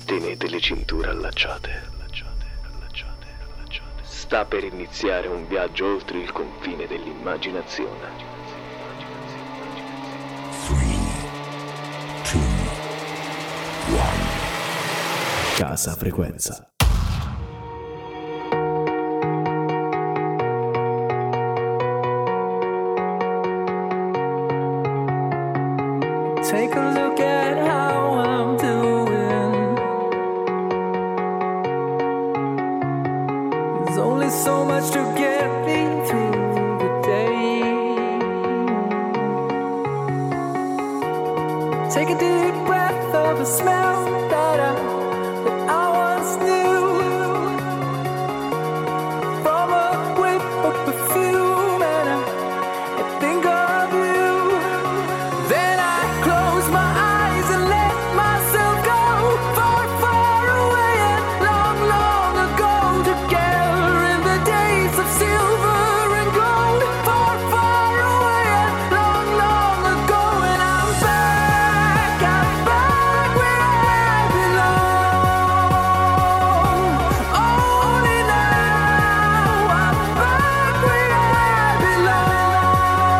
Tenete le cinture allacciate. Sta per iniziare un viaggio oltre il confine dell'immaginazione. 3, 2, 1. Casa Frequenza. Take a look at how I'm doing. There's only so much to get me through the day. Take a deep breath of a smell that I once knew. From a whiff of perfume, and I think of you. Then I close my eyes and let myself go far, far away and long, long ago. Together in the days of silver and gold. Far, far away and long, long ago. And I'm back where I belong. Only now I'm back where I belong.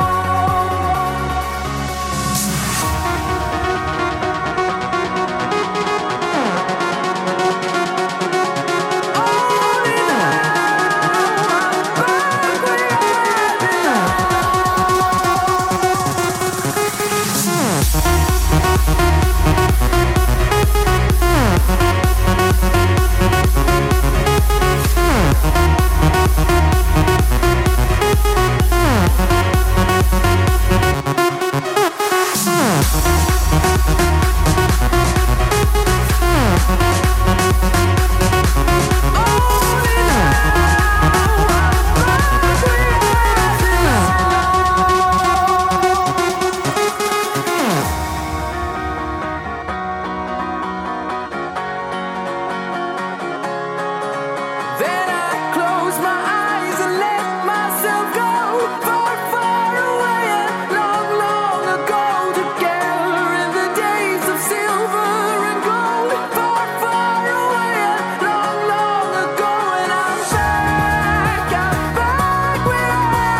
Then I close my eyes and let myself go far, far away and long, long ago. Together in the days of silver and gold. Far, far away and long, long ago. And I'm back where I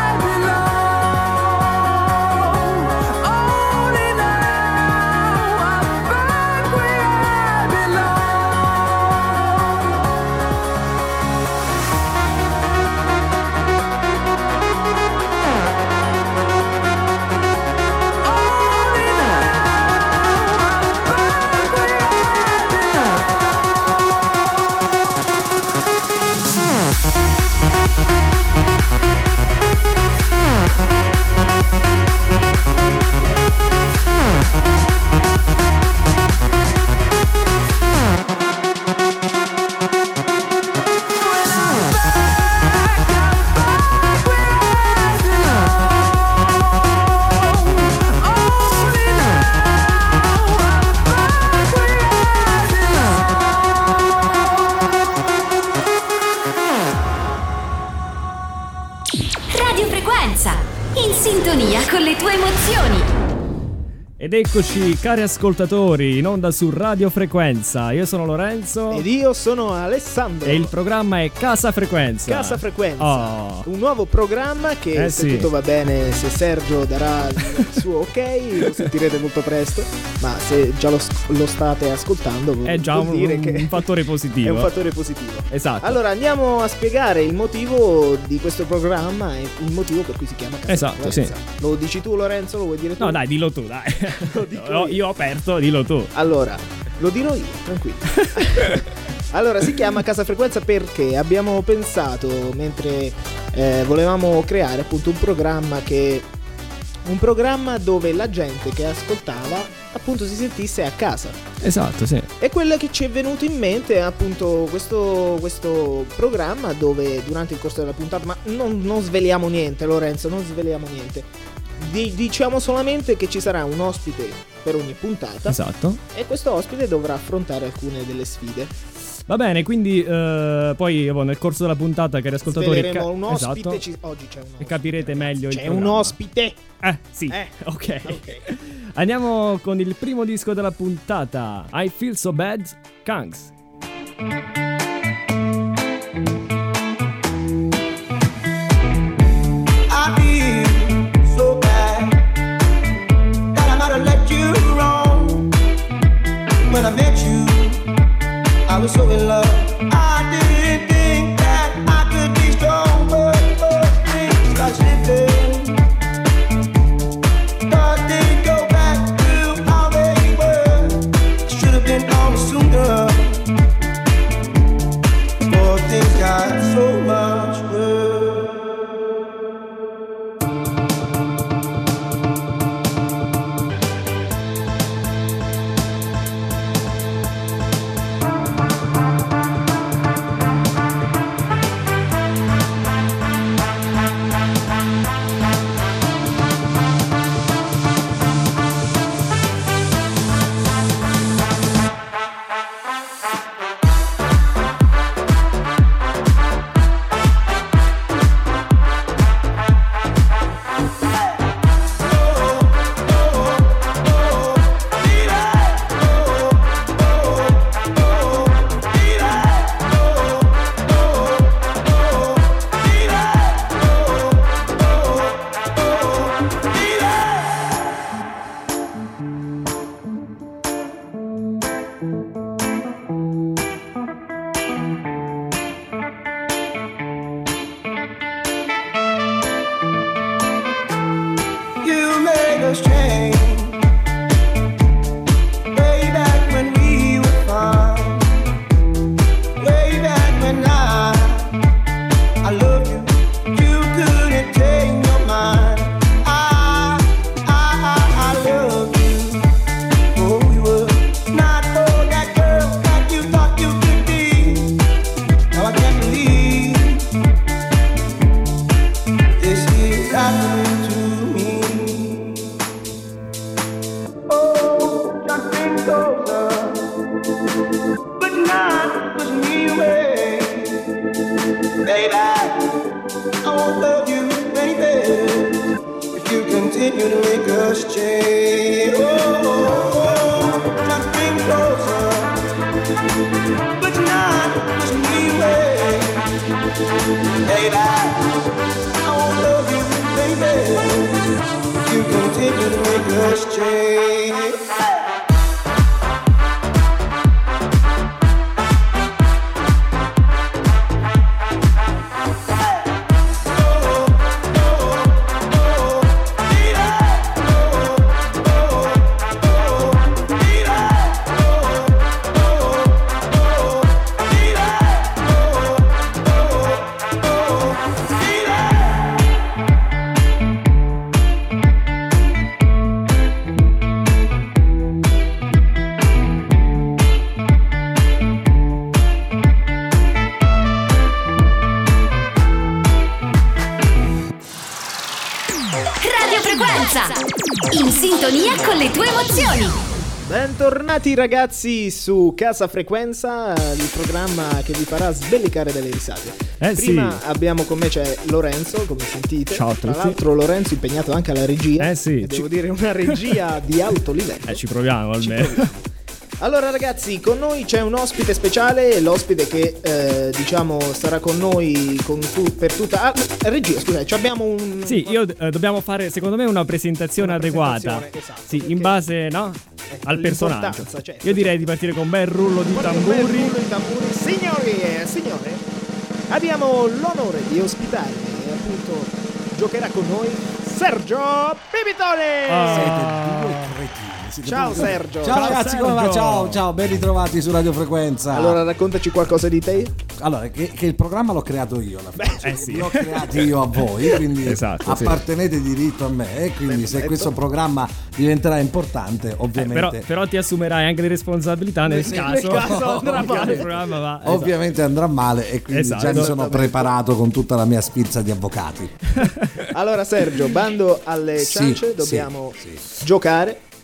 belong. Only now I'm back where I belong. Radio Frequenza, in sintonia con le tue emozioni. Ed eccoci, cari ascoltatori, in onda su Radio Frequenza. Io sono Lorenzo Ed io sono Alessandro. e il programma è Casa Frequenza. Casa Frequenza, Oh. un nuovo programma che se sì. tutto va bene, se Sergio darà il suo ok, lo sentirete molto presto. Ma se già lo state ascoltando, È già vuol dire che un fattore positivo. è un fattore positivo. Esatto. Allora andiamo a spiegare il motivo di questo programma e il motivo per cui si chiama Casa Esatto, Frequenza. Lo dici tu, Lorenzo? Lo vuoi dire tu? No, dai, dillo tu, dai. Lo dico No, io. io ho aperto, dillo tu. Allora, lo dirò io, tranquillo. Allora, si chiama Casa Frequenza perché abbiamo pensato, mentre volevamo creare appunto un programma dove la gente che ascoltava appunto si sentisse a casa. Esatto, sì. E quello che ci è venuto in mente è appunto questo programma dove durante il corso della puntata, ma non sveliamo niente, Lorenzo, non sveliamo niente. Diciamo solamente che ci sarà un ospite per ogni puntata. Esatto. E questo ospite dovrà affrontare alcune delle sfide. Va bene, quindi poi nel corso della puntata, cari ascoltatori, sveleremo un ospite. esatto, Oggi c'è un ospite. e capirete meglio C'è il un programma. ospite. Sì, ok. Andiamo con il primo disco della puntata, I Feel So Bad, Kangs. I feel so bad that I might have let you wrong. When I met you, I was so in love. I didn't think that I could be strong, but things got slipping. Thought they'd go back to how they were. Should have been on sooner. But things got so much worse. You made us change. Way back when we were fine. Way back when I loved you. You couldn't take your mind. I love you. Oh, you were not for that girl that you thought you could be. Now I can't believe this is happening to me. Oh, something closer, but not push me away. Baby, I won't love you any better if you continue to make us change. Oh, something closer, but not push me away. Baby, I won't love you any better if you continue to make us change. Radio Frequenza, in sintonia con le tue emozioni. Bentornati ragazzi su Casa Frequenza, il programma che vi farà sbellicare delle risate. Prima sì, abbiamo con me c'è Lorenzo, come sentite. Ciao a Tra tutti. l'altro Lorenzo impegnato anche alla regia. sì, e devo dire una regia di alto livello. ci proviamo almeno. Allora ragazzi, con noi c'è un ospite speciale, l'ospite che diciamo sarà con noi per tutta... regia, scusate, abbiamo un... Sì, dobbiamo fare secondo me una presentazione adeguata. Esatto, sì, in base, no? Al personaggio. l'importanza, certo. Io direi di partire con un bel rullo di tamburi. Signori e signore, abbiamo l'onore di ospitare e appunto giocherà con noi Sergio Pipitone. Siete due cretini. Ciao Sergio. Ciao ragazzi, come va? Sergio. Ciao, ben ritrovati su Radio Frequenza. Allora raccontaci qualcosa di te. Allora, che il programma l'ho creato io alla fine. sì. L'ho creato io a voi, quindi Esatto, sì. appartenete di diritto a me. E quindi se questo programma diventerà importante, ovviamente Però ti assumerai anche le responsabilità nel caso andrà male. il programma va. ovviamente andrà male, e quindi Esatto. già mi sono preparato con tutta la mia sfilza di avvocati. Allora Sergio, bando alle Sì, ciance, sì, dobbiamo sì. giocare.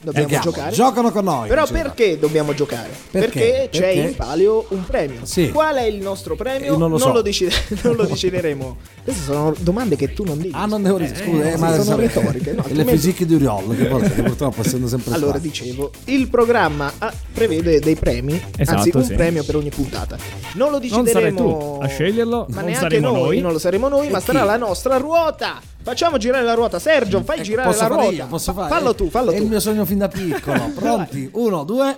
Dobbiamo giocare. Giocano con noi. Però diceva. perché dobbiamo giocare? Perché? C'è Perché? in palio un premio. Sì. Qual è il nostro premio? Non lo so. non lo decideremo. Queste sono domande che tu non dici. Ah, non devo dire, scusa, ma sono retoriche. No, le altrimenti- fisiche di Uriol, che purtroppo essendo sempre Allora, qua. dicevo, il programma prevede dei premi, Esatto, anzi un sì. premio per ogni puntata. Non lo Non sarai decideremo tu a sceglierlo, ma non neanche saremo noi. non lo saremo noi, ma E sarà chi? la nostra ruota. Facciamo girare la ruota, Sergio, fai girare Posso la fare ruota. io, posso fare? Fallo tu. È il mio sogno fin da piccolo. Pronti? 1, 2.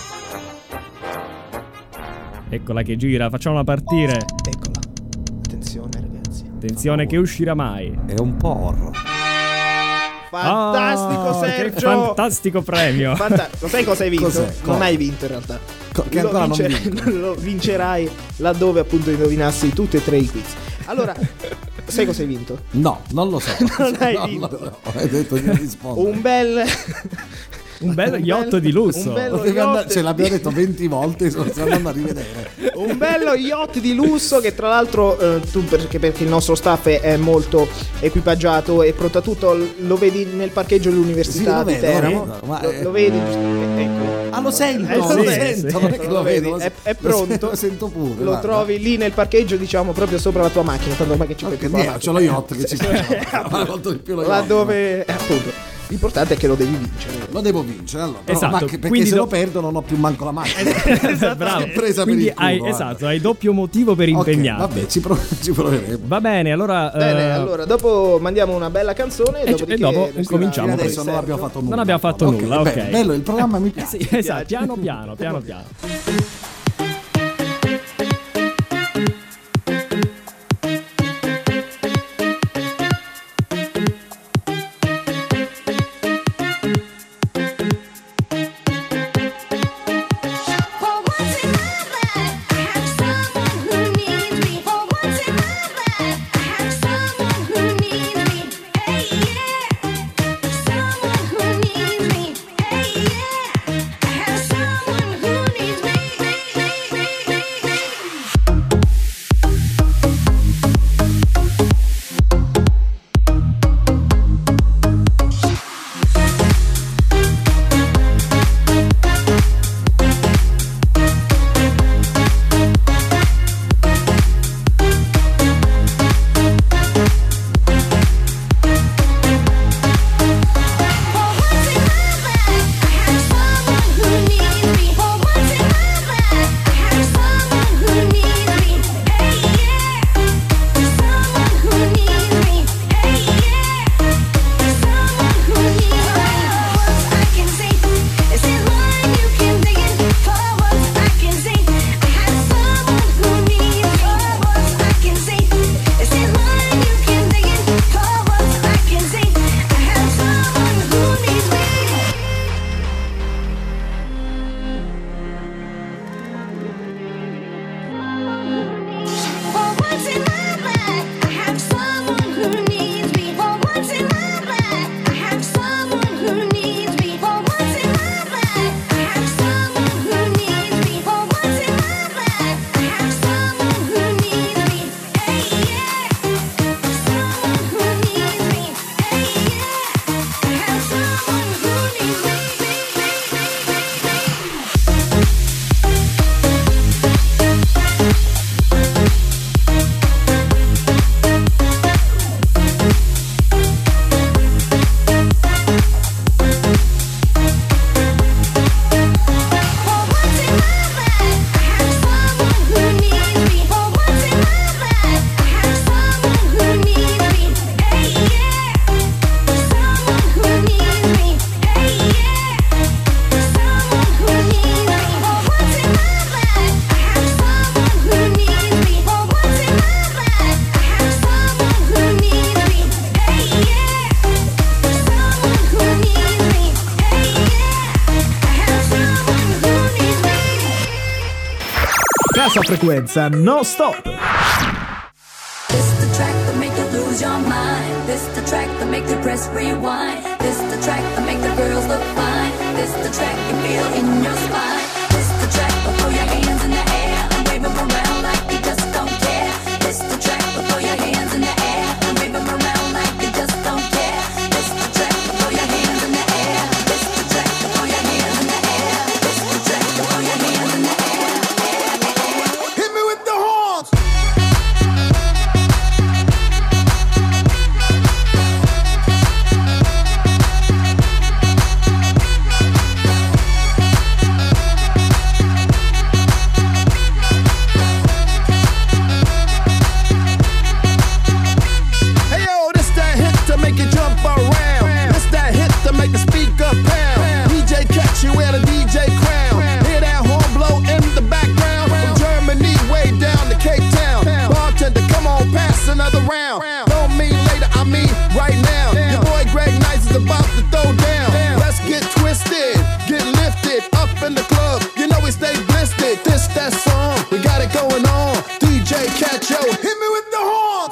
Eccola che gira, facciamola partire. Eccola. Attenzione, ragazzi. Attenzione che uscirà mai. È un po' horror. Fantastico, Ah, Sergio. che fantastico premio. Lo sai cosa hai vinto? Cos'è? Non Cosa? hai vinto in realtà. Che ancora non vinco. lo vincerai laddove appunto indovinassi tutti e tre i quiz. Allora, sai cosa hai vinto? No, non lo so. Non hai No, vinto. no, hai detto di non rispondere. Un bel Un bello yacht di lusso. un bello Potevi yacht. andare- ce l'abbiamo detto 20 volte, stiamo andando a rivedere. Un bello yacht di lusso che tra l'altro tu perché il nostro staff è molto equipaggiato e pronto a tutto, lo vedi nel parcheggio dell'università Sì, lo di vedo, Teramo. ma Lo vedi? Ecco. Ah, lo sento, Lo lo vedi, sento, sì. non è che Lo lo vedi, vedo. è pronto. Lo sento pure. Lo guarda. trovi lì nel parcheggio, diciamo, proprio sopra la tua macchina. Tanto ormai che ci Ok, metti con la niente, c'ho macchina. lo yacht che ci facciamo. Ma molto di più lo yacht. Laddove appunto. L'importante è che lo devi vincere. Lo devo vincere allora. Però, Esatto, ma perché quindi se lo perdo non ho più manco la macchina. Bravo. Presa per Quindi il culo, hai, guarda. esatto, hai doppio motivo per Ok, impegnarti. vabbè, ci proveremo. Va bene, allora Bene, allora dopo mandiamo una bella canzone E dopodiché dopo resterà- incominciamo. Fino adesso Sergio. non abbiamo fatto nulla. Non abbiamo fatto nulla, ok. Bello, il programma mi piace. Sì, esatto, piano piano. For once in my life, I have someone who needs me. For once in my life, I have someone who needs me. Hey yeah, someone who needs me. Hey yeah, I have someone who needs me. For once in my life, I have someone who needs me. For once in my life, I have someone who needs me. Hey yeah, someone who needs me. Hey yeah, someone who needs me. For once I can say, this is mine, you can dig it. For once I can say, I have someone who needs me. For once I can say, this is mine, you can dig it. For once I can say, I have someone who needs me. For once in my life, I have someone who needs me. For once in my life, I have someone who needs me. For once in my life, I have someone who needs me. For once in my life, I have someone who needs me. Hey yeah, someone who needs me. Hey yeah, I have someone who needs me. For once in my life, I have someone who needs me. For once in my life, I have someone who needs me. Hey yeah, someone who needs me. Hey yeah, someone who needs me. For once in my life, I have someone who needs me. For once in my life, I have someone who needs me. Hey yeah, someone who needs me. Hey yeah, I have someone who needs me. Casa Frequenza, no stop. This the track that make you lose your mind. This the track that make you press rewind. This the track that make the girls look fine. This the track you feel in your spine. This the track that throw your hands in the air and wave them around like you just don't care. This the track that throw your hands in the air and wave them around like you just don't care. This the track that throw your hands in the air. This the track Hey, this, that song, we got it going on. DJ Cat, yo, hit me with the horns.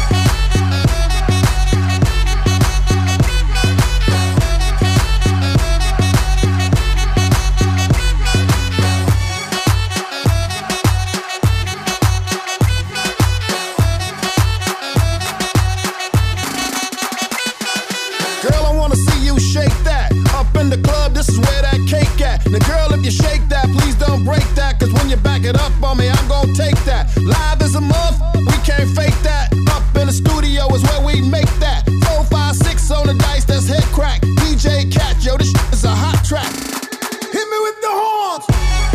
Girl, I wanna see you shake that. Up in the club, this is where that cake at. Now girl, if you shake that, please don't break that. Cause when you back it up on me, I'm gon' take that. Live as a month, we can't fake that. Up in the studio is where we make that. 4, 5, 6 on the dice, that's head crack. DJ Cat, yo, this shit is a hot track. Hit me with the horns.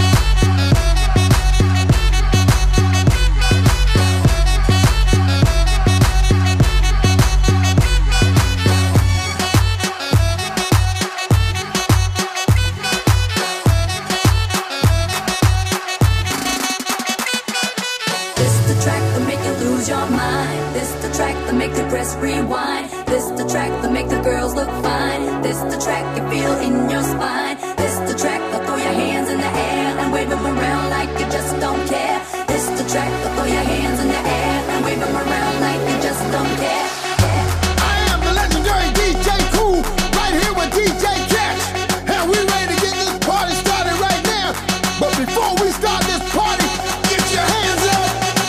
Your mind. This the track that make you press rewind. This the track that make the girls look fine. This the track you feel in your spine. This the track that throw your hands in the air and wave them around like you just don't care. This the track that throw your hands in the air and wave them around like you just don't care. I am the legendary DJ Cool, right here with DJ Catch, and we ready to get this party started right now. But before we start this party, get your hands up.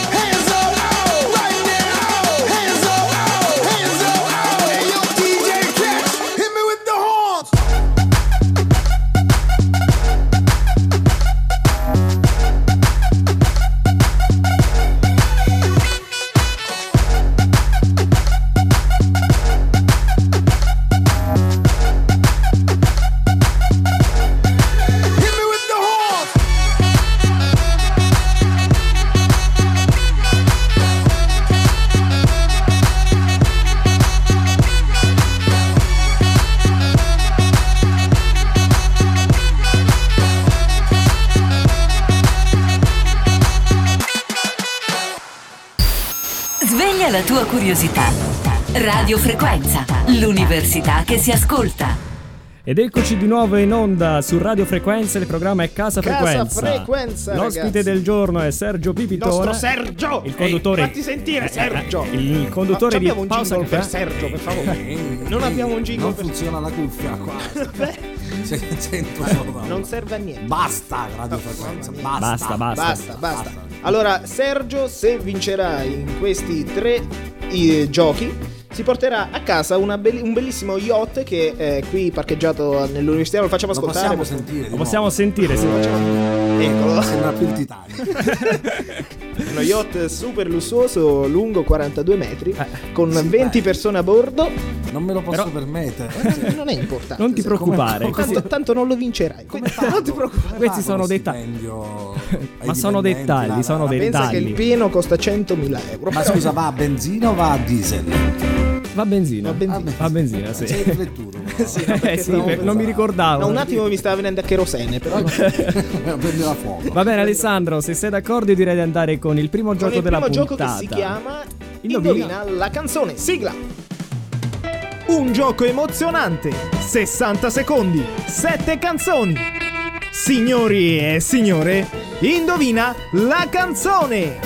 Sveglia la tua curiosità. Radio Frequenza, l'università che si ascolta. Ed eccoci di nuovo in onda su Radio Frequenza, il programma è Casa Frequenza. Frequenza, L'ospite ragazzi. del giorno è Sergio Pipitone. Nostro Sergio! Il conduttore. Fatti sentire, Sergio! Il conduttore di abbiamo un Pausa jingle per Caffè. Sergio, per favore. Non abbiamo un jingle Non per funziona la cuffia qua. Sento solo. Non serve a niente. Basta Radio Frequenza, basta. Basta. Allora, Sergio, se vincerà in questi 3 giochi, si porterà a casa un bellissimo yacht che è qui parcheggiato nell'università. Lo facciamo Lo ascoltare. possiamo sentire. Sì. Eccolo. Sembra più il Titanic. Uno yacht super lussuoso, lungo 42 metri, con 20 persone a bordo. Non me lo posso permettere. Non è importante. Non ti preoccupare. Tanto non lo vincerai. Non ti preoccupare. Questi sono dettagli. Ma sono dettagli, sono Pensa che il dettagli. pieno costa 100.000 euro. Ma scusa, va a benzina o va a diesel? Va benzina. Va benzina, sì. Sei riflettuto. Non mi ricordavo. No, un attimo mi stava venendo a cherosene, però. Prendeva fuoco. Va bene, Alessandro, se sei d'accordo io direi di andare con il primo gioco della puntata. Il primo gioco che si chiama Indovina la canzone. Sigla. Un gioco emozionante. 60 secondi. 7 canzoni. Signori e signore, indovina la canzone.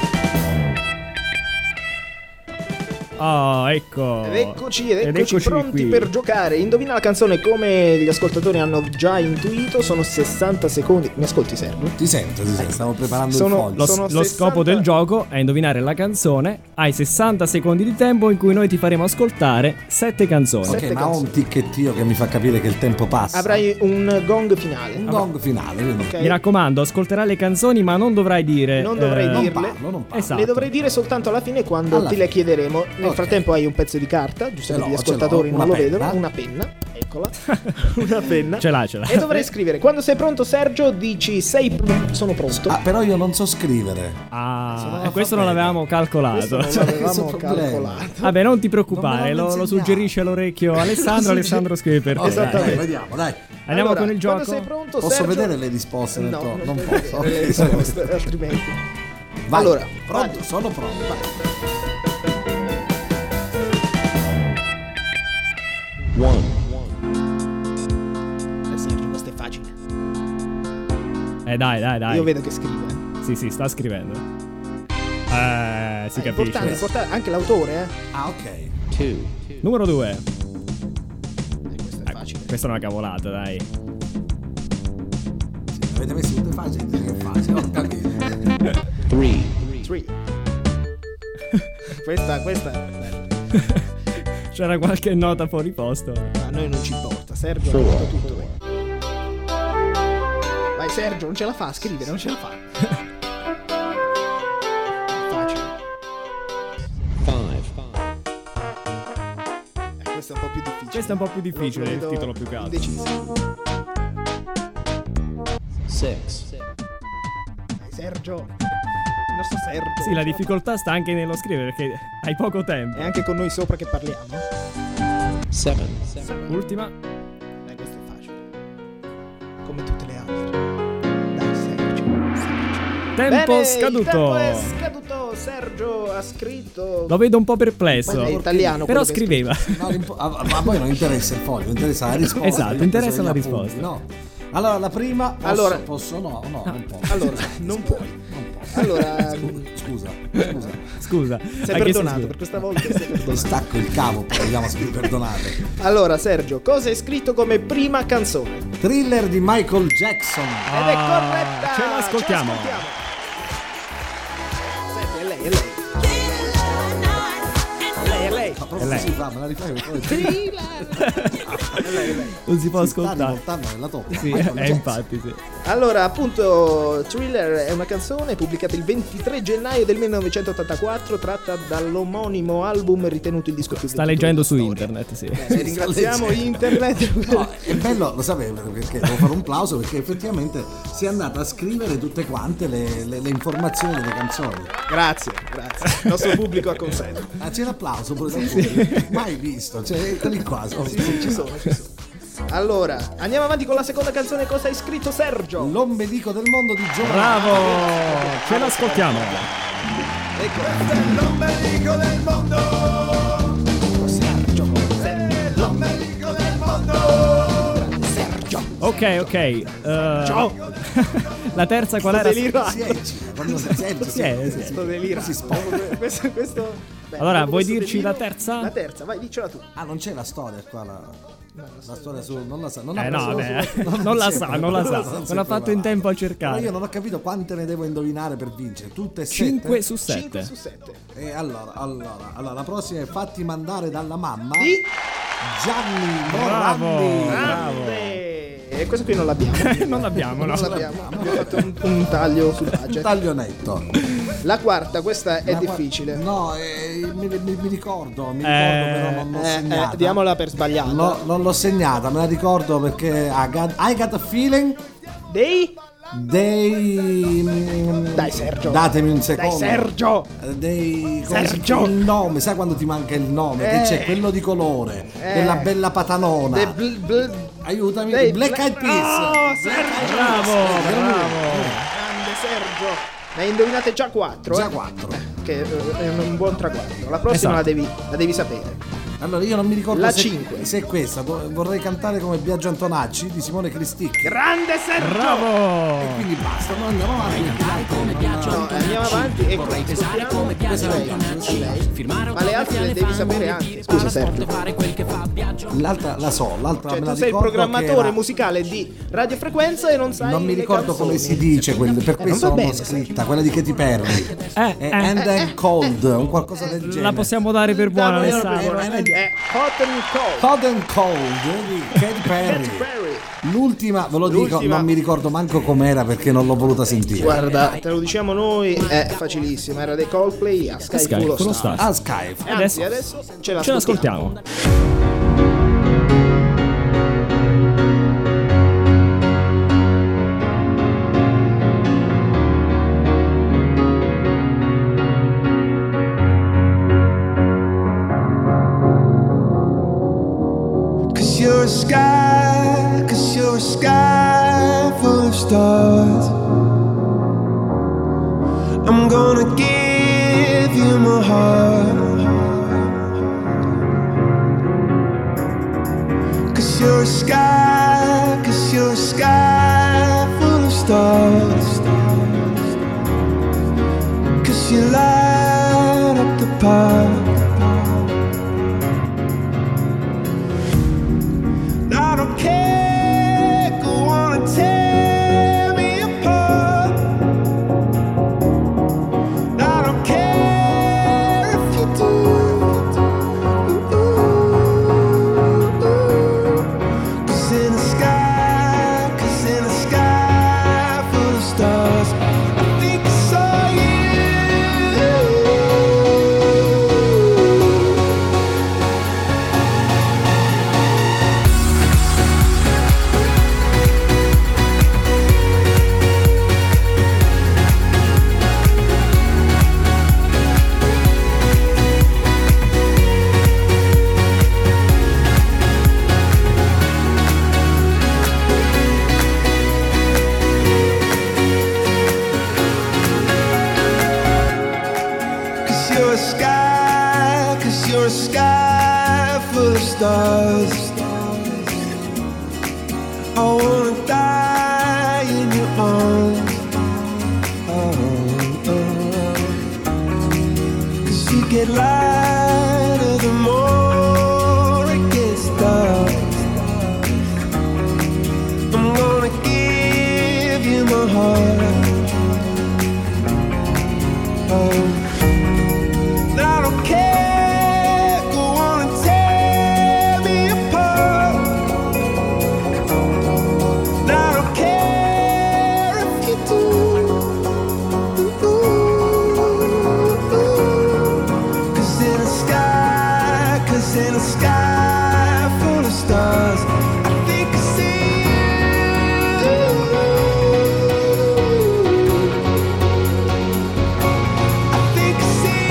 Oh, ecco. Ed eccoci pronti qui per giocare. Indovina la canzone, come gli ascoltatori hanno già intuito, sono 60 secondi. Mi ascolti, Sergio? Ti sento, stavo preparando il Sono- foglio. Lo scopo del gioco è indovinare la canzone. Hai 60 secondi di tempo in cui noi ti faremo ascoltare 7 canzoni. Ok, ma ho un ticchettio che mi fa capire che il tempo passa. Avrai un gong finale. Un gong finale, quindi Ok? Mi raccomando, ascolterai le canzoni, ma non dovrai dire. Non dovrei dirle. non parlo. Esatto. Le dovrei dire soltanto alla fine, quando Alla ti le fine. chiederemo. Nel Ok. frattempo hai un pezzo di carta, giusto Ce che l'ho, gli ascoltatori ce l'ho. non lo Una vedono. penna. Una penna, eccola. Una penna. Ce l'hai. E dovrai scrivere. Quando sei pronto, Sergio, dici sono pronto. Ah, però io non so scrivere. Ah, questo non l'avevamo calcolato. Questo non l'avevamo Questo è il problema. calcolato. Vabbè, non ti preoccupare, Non me l'hanno lo insegnato. suggerisce all'orecchio Alessandro. Alessandro scrive per te. Ok, Esattamente. dai, vediamo, dai. Andiamo Allora, con il gioco. Quando sei pronto, Posso Sergio? vedere le risposte nel No, tuo- non non puoi posso. vedere le Ok, risposte, altrimenti. Vai. Allora, Pronto? vai. Sono pronto. Sergio, questo è facile. Dai. Io vedo che scrive. Sì, sta scrivendo. Si capisce. Importante, anche l'autore, eh. Ah, ok. Numero 2. Questo è facile. Questa è una cavolata, dai. Avete messo tutte facili, che è facile, ho capito. 3. questa è bella. C'era qualche nota fuori posto. A noi non ci importa, Sergio ha detto tutto bene. Vai Sergio, non ce la fa a scrivere, non ce la fa. Facile. 5. Questo è un po' più difficile. Questo è un po' più difficile, Lo il vedo titolo più caldo. indeciso. 6. Sergio. Il nostro Sergio. Sì, la difficoltà sta anche nello scrivere perché hai poco tempo. È anche con noi sopra che parliamo. 7. Ultima. Questo è facile. Come tutte le altre. Dai Sergio. Tempo Bene, scaduto. Il tempo è scaduto. Sergio ha scritto. Lo vedo un po' perplesso. È italiano. Però quello che scriveva. Ma poi non interessa il foglio, interessa la risposta. Esatto, interessa sono la gli appunti, risposta. no. Allora, la prima posso? No, non posso. Allora, non puoi. Allora, Scusa. sei perdonato per questa volta. Sei perdonato. Stacco il cavo, poi vediamo se mi perdonate. Allora, Sergio, cosa hai scritto come prima canzone? Thriller di Michael Jackson. Ed è corretta. Ce l'ascoltiamo. Senti, è lei. È lei. Ma proprio si fa, me la rifai per favore? È lei. Non si può Si sta ascoltare. rivoltando nella toppa. Sì, Michael Jackson. infatti, sì. Allora, appunto, Thriller è una canzone pubblicata il 23 gennaio del 1984, tratta dall'omonimo album ritenuto il disco più Sta venduto leggendo della su storia. internet, sì. Ringraziamo internet. No, è bello, lo sapevo perché devo fare un plauso perché effettivamente si è andata a scrivere tutte quante le informazioni delle canzoni. Grazie. Il nostro pubblico ha consenso. Ah, c'è l'applauso pure dal pubblico. Mai visto, cioè eccoli qua. Sì, ci sono. Allora, andiamo avanti con la seconda canzone. Cosa hai scritto, Sergio? L'ombelico del mondo di Giovanni. Bravo! Ce l'ascoltiamo. Ecco. L'ombelico del mondo. Sergio. L'ombelico del mondo. Sergio. Ok. Ciao. La terza qual era? Quando si sente, Sto delirando. si sposta. Questo. Beh, Allora, dopo vuoi questo dirci delirio- la terza? La terza, vai, dicela tu. Ah, non c'è la storia qua, la storia su, non la sa, non ha No, preso- beh, non la sa. Non si è ha fatto in preparato. tempo a Però cercare. io non ho capito quante ne devo indovinare per vincere, tutte e 5 sette? su 5 7. su 7. E allora, la prossima è Fatti mandare dalla mamma. Di? Gianni Bravo. Morandi. Grande. E questo qui non l'abbiamo. Non l'abbiamo, no. Non l'abbiamo. Abbiamo fatto un taglio sul Un budget. taglio netto. La quarta, questa è La qua- difficile. No, mi ricordo, però non l'ho segnata. Diamola per sbagliata. No, non l'ho segnata, me la ricordo perché I got a feeling Dei? Dai Sergio. Datemi un secondo. Dai Sergio. Come Sergio. il nome, sai quando ti manca il nome? Che c'è quello di colore, della bella patanona. Aiutami, dei Black Eyed Peas. Oh, Sergio. Grande Sergio. Ne hai indovinate già 4. Già 4. Che è un buon traguardo. La prossima Esatto. la devi sapere. Allora io non mi ricordo La se, 5. se è questa. Vorrei cantare come Biagio Antonacci di Simone Cristicchi. Grande Sergio. Bravo! E quindi basta, no, andiamo avanti. No, andiamo avanti e ascoltiamo lei. Ma le altre le devi sapere anche. Scusa Sergio. L'altra la so, l'altra Cioè me tu la sei il ricordo programmatore che era- musicale di radiofrequenza e non sai Non mi le ricordo come canzoni. si dice, per questo va non l'ho bene, scritta, quella di Katy Perry. And then cold, un qualcosa del genere. La possiamo dare per buona, Dammi una Alessandro. persona. È Hot and Cold. Hot and Cold di Katy Perry. Katy Perry. L'ultima, ve lo dico, L'ultima. non mi ricordo manco com'era perché non l'ho voluta sentire. Guarda, te lo diciamo noi, è facilissima, era dei Coldplay a Sky, Sky Full of Full of Stars. Stars. Ah, Skype. E anzi, adesso ce Ce l'ascoltiamo. l'ascoltiamo. Cause you're a sky full of stars. I'm gonna give you my heart. 'cause you light up the park. I don't care, go on and tear me apart. I don't care if you do. 'Cause in the sky, 'cause in the sky full of stars, I think I saw you. Cause you're a sky full of stars. I wanna die in your arms. Cause you get lighter the more it gets dark. I'm gonna give you my heart. I don't care, go on and tear me apart. I don't care if you do. 'Cause in the sky full of stars, I think I see you. I think I see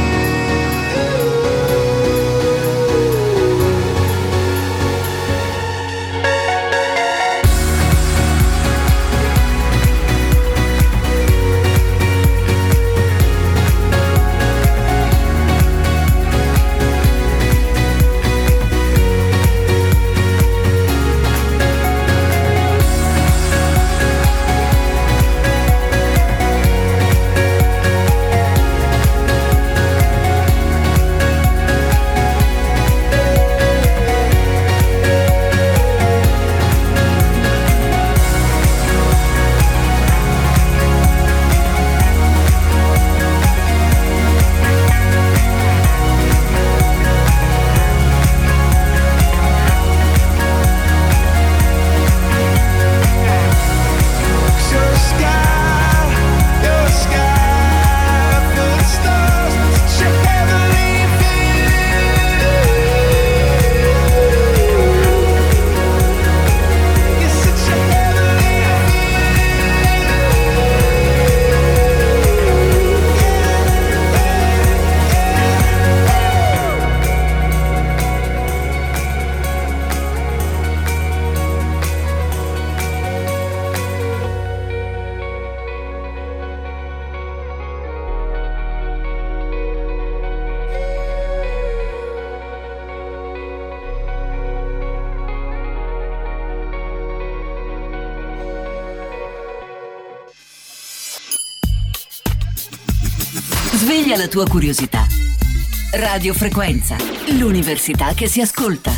Sveglia la tua curiosità. Radio Frequenza, l'università che si ascolta.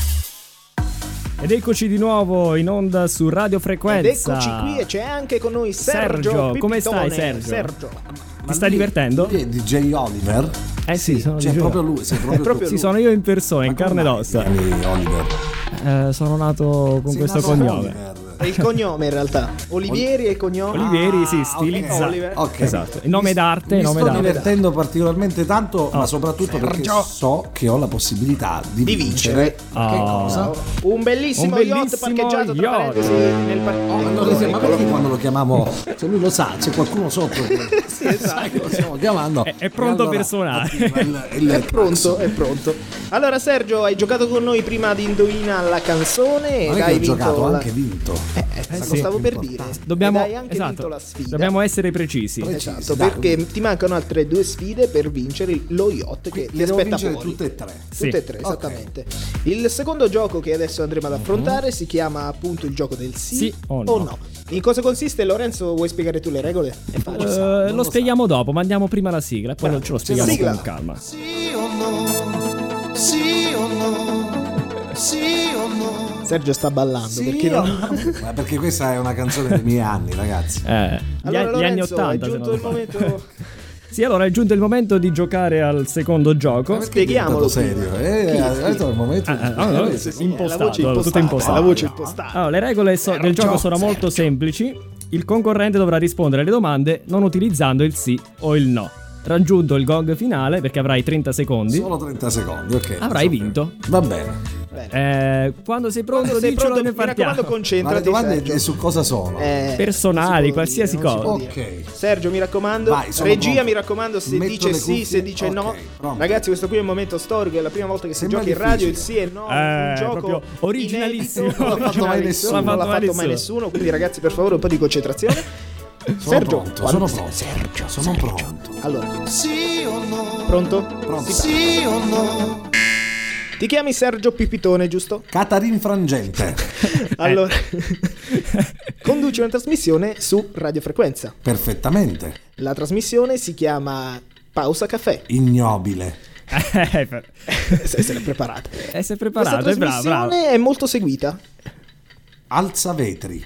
Ed eccoci di nuovo in onda su Radio Frequenza. Ed eccoci qui e c'è anche con noi Sergio. Come stai, Pipitone. Sergio? Ti stai divertendo? Lui è DJ Oliver. Eh sì, sono Cioè, DJ. proprio lui, sei proprio tu. Sì, sono io in persona, in carne ed ossa. Oliver. Sono nato con Sei questo nato cognome. Oliver. È il cognome in realtà. Olivieri è il cognome. Olivieri, sì, stilizza. Oliver. Ok. Esatto. Il nome d'arte, Mi nome sto d'arte. divertendo particolarmente tanto, ma soprattutto perché Sergio. so che ho la possibilità di vincere. Che Oh. cosa? Un bellissimo yacht parcheggiato tra yacht. parentesi nel Allora, ma perché quando lo chiamiamo, se lui lo sa, c'è qualcuno sotto che Sì, esatto. lo stiamo chiamando. È pronto E allora per suonare. attiva È pronto, è pronto. Allora Sergio, hai giocato con noi prima di Indovina la canzone Non ed è che hai ho giocato, ho vinto anche vinto. sì. Lo stavo per dire. Dobbiamo, Ed hai anche esatto, vinto la sfida. dobbiamo essere precisi. Esatto, perché ti mancano altre 2 sfide per vincere lo yacht che ti Le devo aspetta vincere fuori. tutte e tre. Tutte e tre, esattamente. Il secondo gioco che adesso andremo ad affrontare si chiama appunto il gioco del sì, o no. In cosa consiste, Lorenzo? Vuoi spiegare tu le regole? Lo spieghiamo dopo, mandiamo prima la sigla e poi ce lo spieghiamo Sigla. con calma. Sì o no? Sì o no? Sì o no? Sergio sta ballando Sì, perché o non... no? Ma perché questa è una canzone dei miei anni, ragazzi. Gli Allora, anni Lorenzo, 80. è se giunto non il sbaglio. momento. Sì, allora è giunto il momento di giocare al secondo gioco. Spieghiamolo serio. Adesso è il momento. Impostato, la voce tutto impostato. La voce impostata. Allora, le regole del gioco sono molto semplici. Il concorrente dovrà rispondere alle domande non utilizzando il sì o il no. Raggiunto il gong finale, perché avrai 30 secondi, Solo 30 secondi, ok. avrai vinto. Va bene. Quando sei pronto, Quando sei dicelo pronto, e ne mi raccomando, partiamo. Ma le concentrati, domande Sergio. su cosa sono? Personali, qualsiasi non si può cosa. dire. Ok. Sergio, mi raccomando, Vai, sono regia, pronto. mi raccomando, se Metto dice le sì, cuffie. se dice no. Ok, pronto. Ragazzi, questo qui è un momento storico, è la prima volta che si Sembra gioca in radio, il difficile. sì e no, un gioco proprio originalissimo. inedito, non l'ha fatto mai nessuno, Non l'ha non l'ha fatto fatto mai nessuno, quindi ragazzi, per favore, un po' di concentrazione. Sergio, Pronto, sono pronto. Allora, Sì o no? pronto? Pronto. Sì o no? Ti chiami Sergio Pipitone, giusto? Catarin Frangente. Allora, conduci una trasmissione su radiofrequenza. Perfettamente. La trasmissione si chiama Pausa Caffè. Ignobile. Essere preparata. Essere Questa preparato, è bravo, trasmissione bravo. è molto seguita. Alza vetri.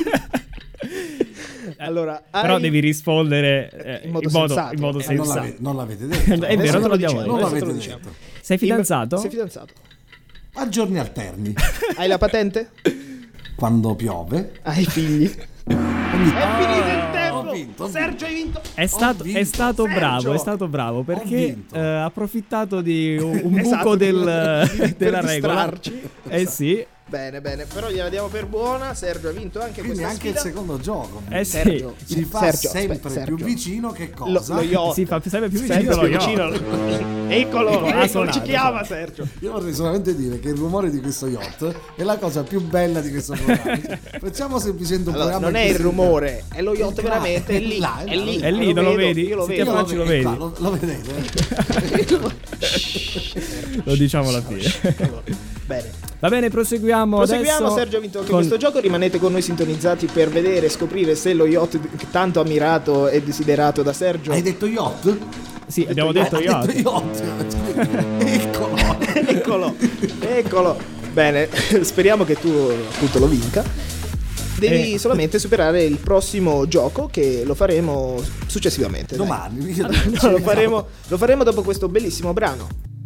Allora, Però hai- devi rispondere in modo sensato. in modo Non sensato. non l'avete detto. È vero, Adesso non te lo l'abbiamo diciamo, Non detto. adesso te l'avete lo detto. diciamo. Sei fidanzato? Sei fidanzato. A giorni alterni. Hai la patente? Quando piove. Hai figli? È finito il tempo. Ho vinto. Sergio, hai vinto. È stato Sergio! bravo perché vinto. ha approfittato di un Esatto, buco per della regola. distrarci. Sì, Bene, però gliela diamo per buona. Sergio ha vinto anche Quindi questa anche il sfida. secondo gioco. sì. Sergio, Si fa Sergio, sempre aspetta, più Sergio. vicino che Lo cosa? yacht. Si fa sempre più vicino Sempre lo più yacht. vicino. Eccolo, Ha ecco, suonato, ci chiama Sergio. Io vorrei solamente dire che il rumore di questo yacht è la cosa più bella di questo programma. Facciamo semplicemente un Allora, programma non è in il cui- rumore, è lo yacht Là, veramente, è lì, là, è lì. È lì, non lo vedo, vedi? Io lo Se ti vedo. affacci lo vedi. Qua, lo vedete? Lo diciamo alla fine. Bene. Va bene, proseguiamo adesso. Sergio ha vinto anche con- questo gioco. Rimanete con noi sintonizzati per vedere e scoprire se lo yacht tanto ammirato e desiderato da Sergio. Hai detto yacht? Sì, abbiamo detto Hai yacht. detto yacht. Eccolo. Eccolo. Bene, speriamo che tu appunto lo vinca. Devi solamente superare il prossimo gioco, che lo faremo successivamente. dai. Domani. No, lo faremo dopo questo bellissimo brano.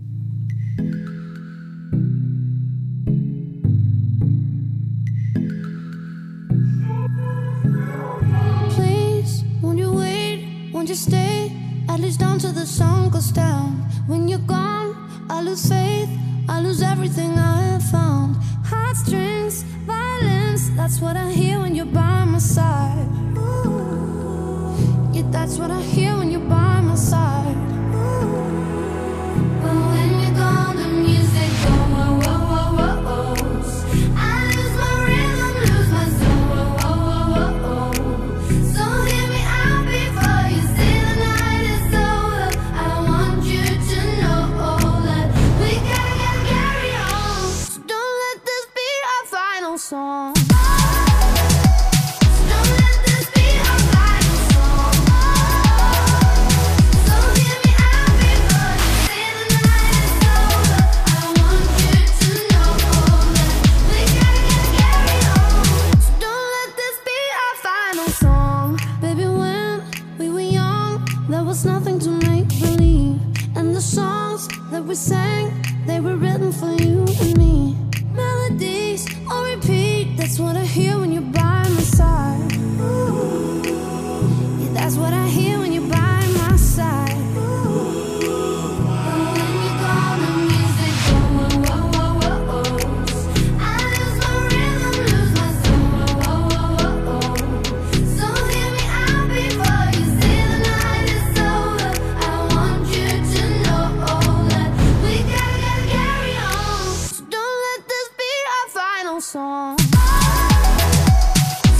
Please, won't you wait? Won't you stay? At least until the sun goes down. When you're gone, I lose faith. I lose everything I have found. Heartstrings, violence. That's what I hear when you're by my side. Yeah, that's what I hear when you're by my side. But when you're gone, the music goes. Whoa, whoa, whoa, whoa, whoa. I lose my rhythm, lose my soul. Whoa, whoa, whoa, whoa, whoa. So hear me out before you say the night is over. I want you to know that we gotta carry on. So don't let this be our final song. Don't let this be our final song. So hear me out before you say the night is over. I want you to know that we gotta carry on. So don't let this be our final song. Baby, when we were young, there was nothing to make believe. And the songs that we sang, they were written for you and me. Melodies on repeat, that's what I hear when you're by my side. Yeah, that's what I hear when you're by my side. But when you're gone, the music goes. Whoa, whoa, whoa, whoa. I lose my rhythm, lose my soul. Whoa, whoa, whoa, whoa. So hear me out before you say the night is over. I want you to know that we gotta carry on. So don't let this be our final song.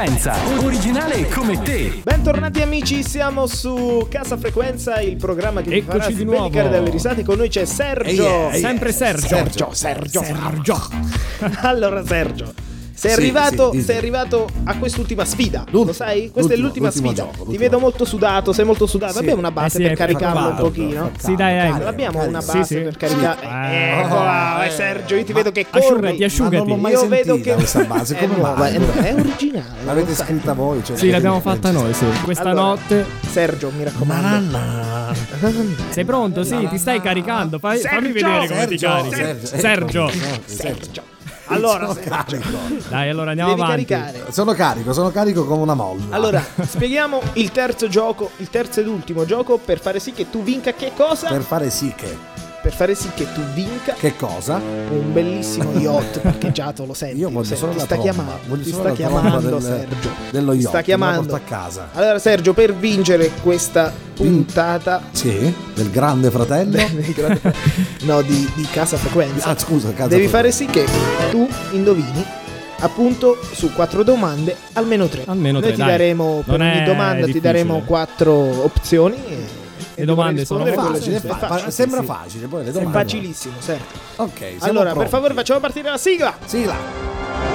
Frequenza, originale come te. Bentornati amici, siamo su Casa Frequenza, il programma che vi Eccoci farà di nuovo. sbellicare dalle risate. Con noi c'è Sergio. Sempre Sergio. Sergio. Allora Sergio, sei Sì, arrivato a quest'ultima sfida. Lo sai? Questa è l'ultima sfida. Ti vedo molto sudato, sei molto sudato. Abbiamo una base per caricarlo un pochino? Sì, dai. Abbiamo una base Sì. per caricare. Eccola, Sergio, io ti vedo che corri. Asciugati. Ma non l'ho mai Io sentita vedo che questa base, come mai? è originale. L'avete lo sai. scritta voi? Cioè, Sì, l'abbiamo fatta noi, sì. Questa Allora, notte. Sergio, mi raccomando. Sei pronto? Sì, ti stai caricando. Fammi vedere come ti carichi. Sergio. Allora, Sono carico. Dai, allora andiamo devi avanti. caricare. Sono carico come una molla. Allora, spieghiamo il terzo gioco, il terzo ed ultimo gioco per fare sì che tu vinca che cosa? Per fare sì che. Per fare sì che tu vinca Che cosa? un bellissimo yacht parcheggiato, lo senti? Io voglio solo ti la sta tromba. chiamando, Voglio ti solo sta la tromba chiamando Sergio. dello Ti yacht. sta me la chiamando. porto a casa. Allora Sergio, per vincere questa puntata Sì, del grande fratello. no, di Casa Frequenza. Ah, scusa, Casa Devi Frequenza. fare sì che tu indovini appunto su 4 domande almeno 3. Almeno Noi tre, ti dai. daremo per Non ogni è domanda ti difficile. daremo 4 opzioni Le domande sono rispondere quelle Facile, giuste. È facile. sembra facile, poi le È domande. facilissimo, Sergio. Ok, siamo Allora, pronti. per favore, facciamo partire la sigla. Sigla.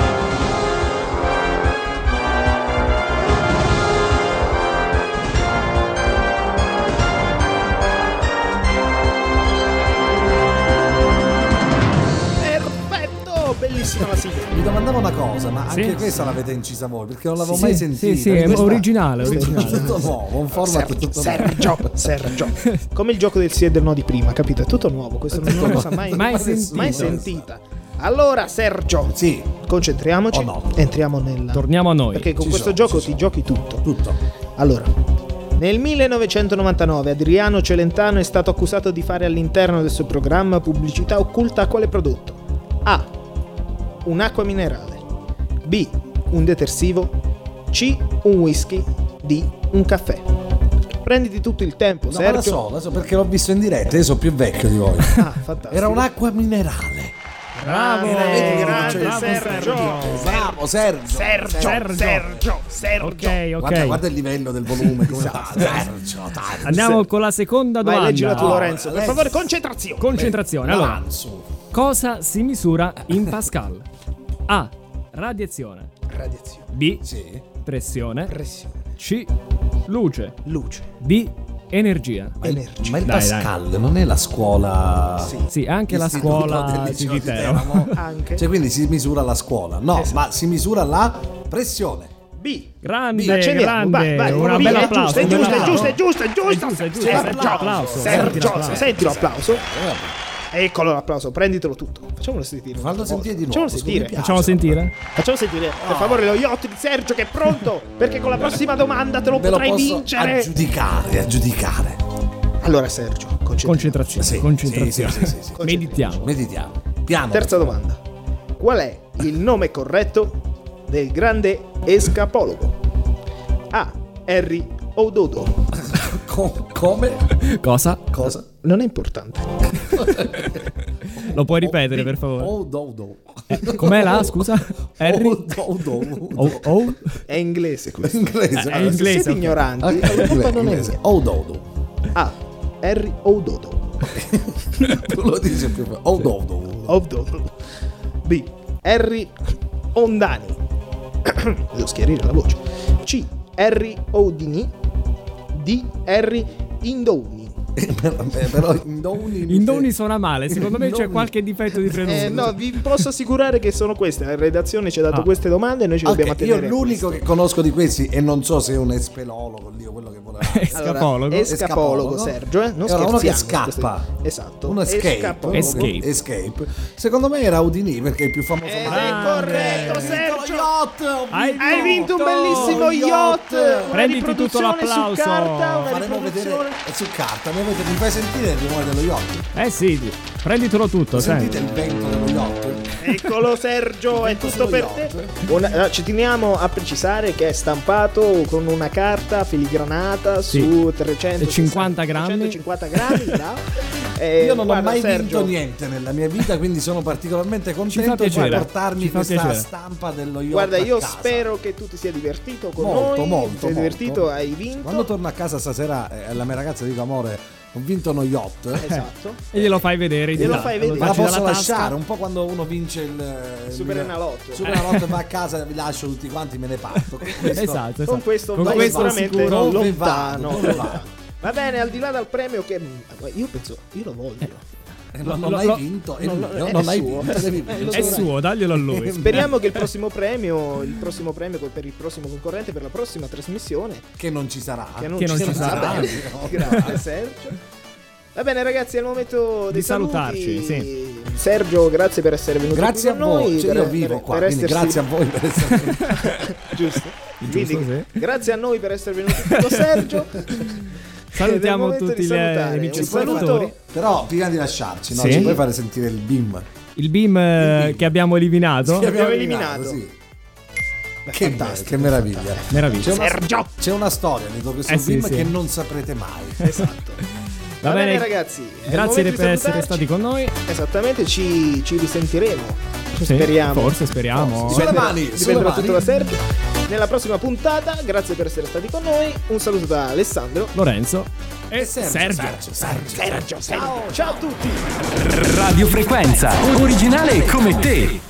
Perfetto, bellissima la sigla. Mi domandavo una cosa, ma anche Sì. questa l'avete incisa voi? Perché non l'avevo Sì, mai sì, sentita. sì, è Questa- originale. Tutto nuovo, un format tutto nuovo. Sergio. Come il gioco del sì e del no di prima, capito? È tutto nuovo, questo non è una cosa mai sentita. Allora, Sergio, Sì, concentriamoci. O no? Entriamo nella. Torniamo a noi. Perché con Ci questo sono, gioco ci ti sono. giochi tutto. tutto. Allora, nel 1999 Adriano Celentano è stato accusato di fare all'interno del suo programma pubblicità occulta a quale prodotto? A. Un'acqua minerale. B. Un detersivo. C. Un whisky. D. Un caffè. Prenditi tutto il tempo, No, ma la Sergio. so perché l'ho visto in diretta, io sono più vecchio di voi. Ah, fantastico. Era un'acqua minerale. Bravo, grande bravo, Sergio. Bravo, Sergio. Sergio. Ok. Guarda il livello del volume. Come va. Sergio, dai. Andiamo con la seconda Vai, domanda. leggila tu, Lorenzo. Per adesso. favore, concentrazione. Concentrazione. Allora, Avanzo. cosa si misura in Pascal? A. Radiazione. Radiazione. B. Sì. Pressione. Pressione. C. Luce. Luce. D. Energia. Energia. Ma il Dai, Pascal non è la scuola. Sì, anche la Istituto scuola del di liceo di Teramo. Teramo. Anche. Cioè, quindi si misura la scuola. No, Esatto. ma si misura la pressione. B. Grande, Accendiamo, grande. vai, Un B, bel è applauso. giusto, è un bel giusto, è applauso. giusto, è giusto. È giusto. Sergio, Senti l'applauso. Sergio, senti l'applauso. Vabbè. Eccolo l'applauso, prenditelo tutto. Facciamolo sentire. Fallo sentire di nuovo. Facciamolo scusa, sentire. mi piace. Facciamo sentire? Facciamo sentire, per favore, lo yacht di Sergio che è pronto. Perché con la prossima domanda te lo Ve lo potrai posso vincere. aggiudicare. Allora, Sergio, concentrazione. Sì, Concentrazione. sì. Meditiamo. Meditiamo. Piano. Terza domanda. Qual è il nome corretto del grande escapologo? A. Harry O'Dodo. Come? Cosa? Cosa? Non è importante. Lo puoi ripetere, per favore? O'Dodo. Com'è là, scusa? Harry? O'Dodo. Oh? È inglese questo. Inglese. È inglese, Siete ok. ignoranti. Ok, La colpa non è inglese. mia. O'Dodo. A. Harry O'Dodo. Tu lo dici più. O'Dodo. O'Dodo. B. Harry Ondani. Devo schiarire la voce. C. Harry Houdini. D. Harry Indouni. Però Indoni suona male, secondo me c'è Indoni. qualche difetto di pronuncia. No, vi posso assicurare che sono queste. La redazione ci ha dato queste domande e noi ci dobbiamo Ok, io attenere. l'unico che conosco di questi, e non so se è un espelologo lì o quello che voleva. Escapologo. Escapologo, Sergio, non era uno che scherziamo. scappa. Esatto. Uno escape. Escapologo. Escape. Secondo me era Houdini perché è il più famoso. Ed è corretto, Sergio. Yacht, Hai vinto un bellissimo yacht. Una Prenditi tutto riproduzione l'applauso. Su carta, una Faremo vedere riproduzione. su carta. Mi fai sentire il rumore dello yacht? Eh sì, prenditelo tutto, Sentite senti. il vento dello yacht? Eccolo Sergio, è tutto per te. Ci teniamo a precisare che è stampato con una carta filigranata Sì. su 350 50 grammi. 350 grammi, bravo. Io non ho guarda, mai Sergio, vinto niente nella mia vita, quindi sono particolarmente Ci fa contento di piacere, portarmi ci fa questa piacere. stampa dello yacht. Guarda, a io casa. spero che tu ti sia divertito con Molto, noi. molto, Ti sei molto. divertito, hai vinto. Quando torno a casa stasera alla mia ragazza dico amore, ho vinto uno yacht. Esatto. E glielo fai vedere. Glielo di là, fai vedere. Ma la facci posso dalla tasca. lasciare un po' quando uno vince il Super Enalotto. Super Enalotto, va a casa, vi lascio tutti quanti, me ne parto. Con questo, Esatto, Con questo Con vai questo sicuramente sicuro. Dove lontano. vado? Dove vado? Va bene, al di là dal premio che io penso, io lo voglio. Non hai vinto, è mio, non l'hai suo. vinto, devi vincere. È suo, daglielo a lui. Speriamo che il prossimo premio per il prossimo concorrente per la prossima trasmissione che non ci sarà. che non Che ci non ci sarà. sarà. Bene. Grazie Sergio. Va bene ragazzi, è il momento dei salutarci, saluti. Sergio, grazie per essere venuto Grazie a qui con noi. voi, cioè, io vivo qua, quindi grazie a voi per essere venuti. Giusto. Quindi, sì. grazie a noi per essere venuti qui con Sergio. Salutiamo Ed è il momento tutti di gli salutare. amici Un saluto. ascoltatori. Però prima di lasciarci, no, Sì. ci puoi fare sentire il BIM? Il beam che abbiamo eliminato. Che abbiamo eliminato. sì. Che bello, che meraviglia. Meraviglia. C'è una storia dietro questo sì, BIM sì. che non saprete mai. Esatto. Va Va bene, bene, ragazzi. è il Grazie momento per di essere salutarci. stati con noi. Esattamente, ci risentiremo. Sì, Speriamo. Forse speriamo. Sulle mani, sulle Dipenderà mani. tutto da Sergio. Nella prossima puntata, grazie per essere stati con noi. Un saluto da Alessandro. Lorenzo e Sergio. Ciao a tutti. Radio Frequenza, originale come te.